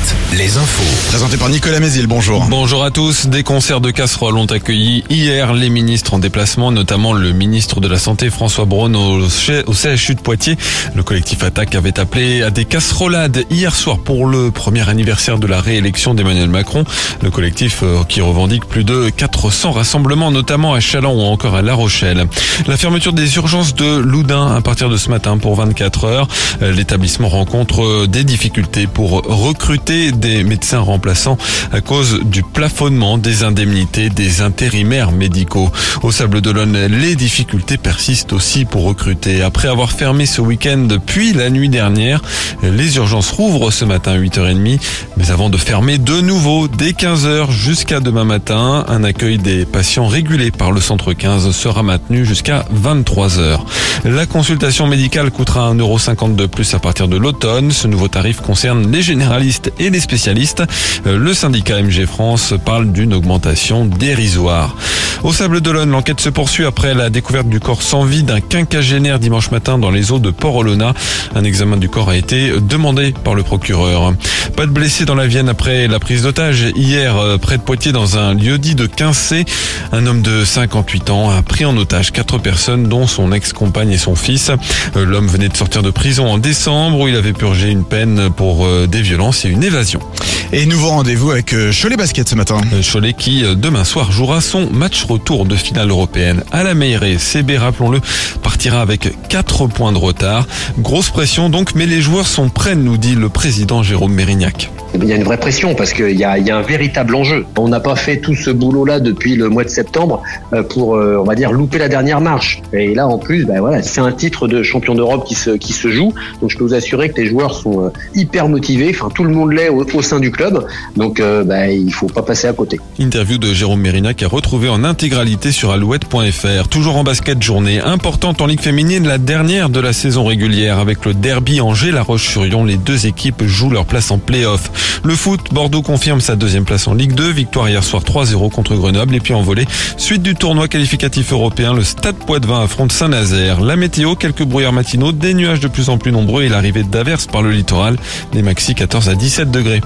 Alouette, les infos. Présenté par Nicolas Mézil, bonjour. Bonjour à tous. Des concerts de casseroles ont accueilli hier les ministres en déplacement, notamment le ministre de la Santé François Braun au CHU de Poitiers. Le collectif Attaque avait appelé à des casserolades hier soir pour le premier anniversaire de la réélection d'Emmanuel Macron. Le collectif qui revendique plus de 400 rassemblements, notamment à Challans ou encore à La Rochelle. La fermeture des urgences de Loudun à partir de ce matin pour 24 heures. L'établissement rencontre des difficultés pour recruter des médecins remplaçants à cause du plafonnement des indemnités des intérimaires médicaux. Au Sables-d'Olonne, les difficultés persistent aussi pour recruter. Après avoir fermé ce week-end puis la nuit dernière, les urgences rouvrent ce matin à 8h30. Mais avant de fermer de nouveau dès 15h jusqu'à demain matin, un accueil des patients régulé par le centre 15 sera maintenu jusqu'à 23h. La consultation médicale coûtera 1,50 € de plus à partir de l'automne. Ce nouveau tarif concerne les généralistes et les spécialistes. Le syndicat MG France parle d'une augmentation dérisoire. Au Sables-d'Olonne, l'enquête se poursuit après la découverte du corps sans vie d'un quinquagénaire dimanche matin dans les eaux de Port-Olona. Un examen du corps a été demandé par le procureur. Pas de blessés dans la Vienne après la prise d'otage hier près de Poitiers dans un lieu-dit de Quincé. Un homme de 58 ans a pris en otage 4 personnes dont son ex-compagne et son fils. L'homme venait de sortir de prison en décembre où il avait purgé une peine pour des violences et une évasion. Et nouveau rendez-vous avec Cholet Basket ce matin. Cholet qui demain soir jouera son match retour de finale européenne à la Meilleray. CB, rappelons-le, partira avec 4 points de retard. Grosse pression donc, mais les joueurs sont prêts, nous dit le président Jérôme Mérignac. Il y a une vraie pression parce qu'il y a un véritable enjeu. On n'a pas fait tout ce boulot-là depuis le mois de septembre pour, on va dire, louper la dernière marche. Et là, en plus, c'est un titre de champion d'Europe qui se joue. Donc, je peux vous assurer que les joueurs sont hyper motivés. Enfin, tout le monde l'est au sein du club. Donc, il faut pas passer à côté. Interview de Jérôme Mérignac à retrouver en intégralité sur alouette.fr. Toujours en basket, journée importante en Ligue féminine, la dernière de la saison régulière avec le derby Angers-La Roche-sur-Yon. Les deux équipes jouent leur place en play-off. Le foot, Bordeaux confirme sa deuxième place en Ligue 2. Victoire hier soir 3-0 contre Grenoble. Et puis en volley, suite du tournoi qualificatif européen, le Stade Poitvin affronte Saint-Nazaire. La météo, quelques brouillards matinaux, des nuages de plus en plus nombreux et l'arrivée d'averses par le littoral. Les maxi 14 à 17 degrés.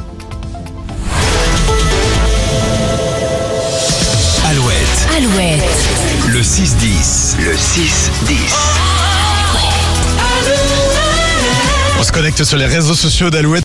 Alouette. Le 6-10. Le 6-10. On se connecte sur les réseaux sociaux d'Alouette.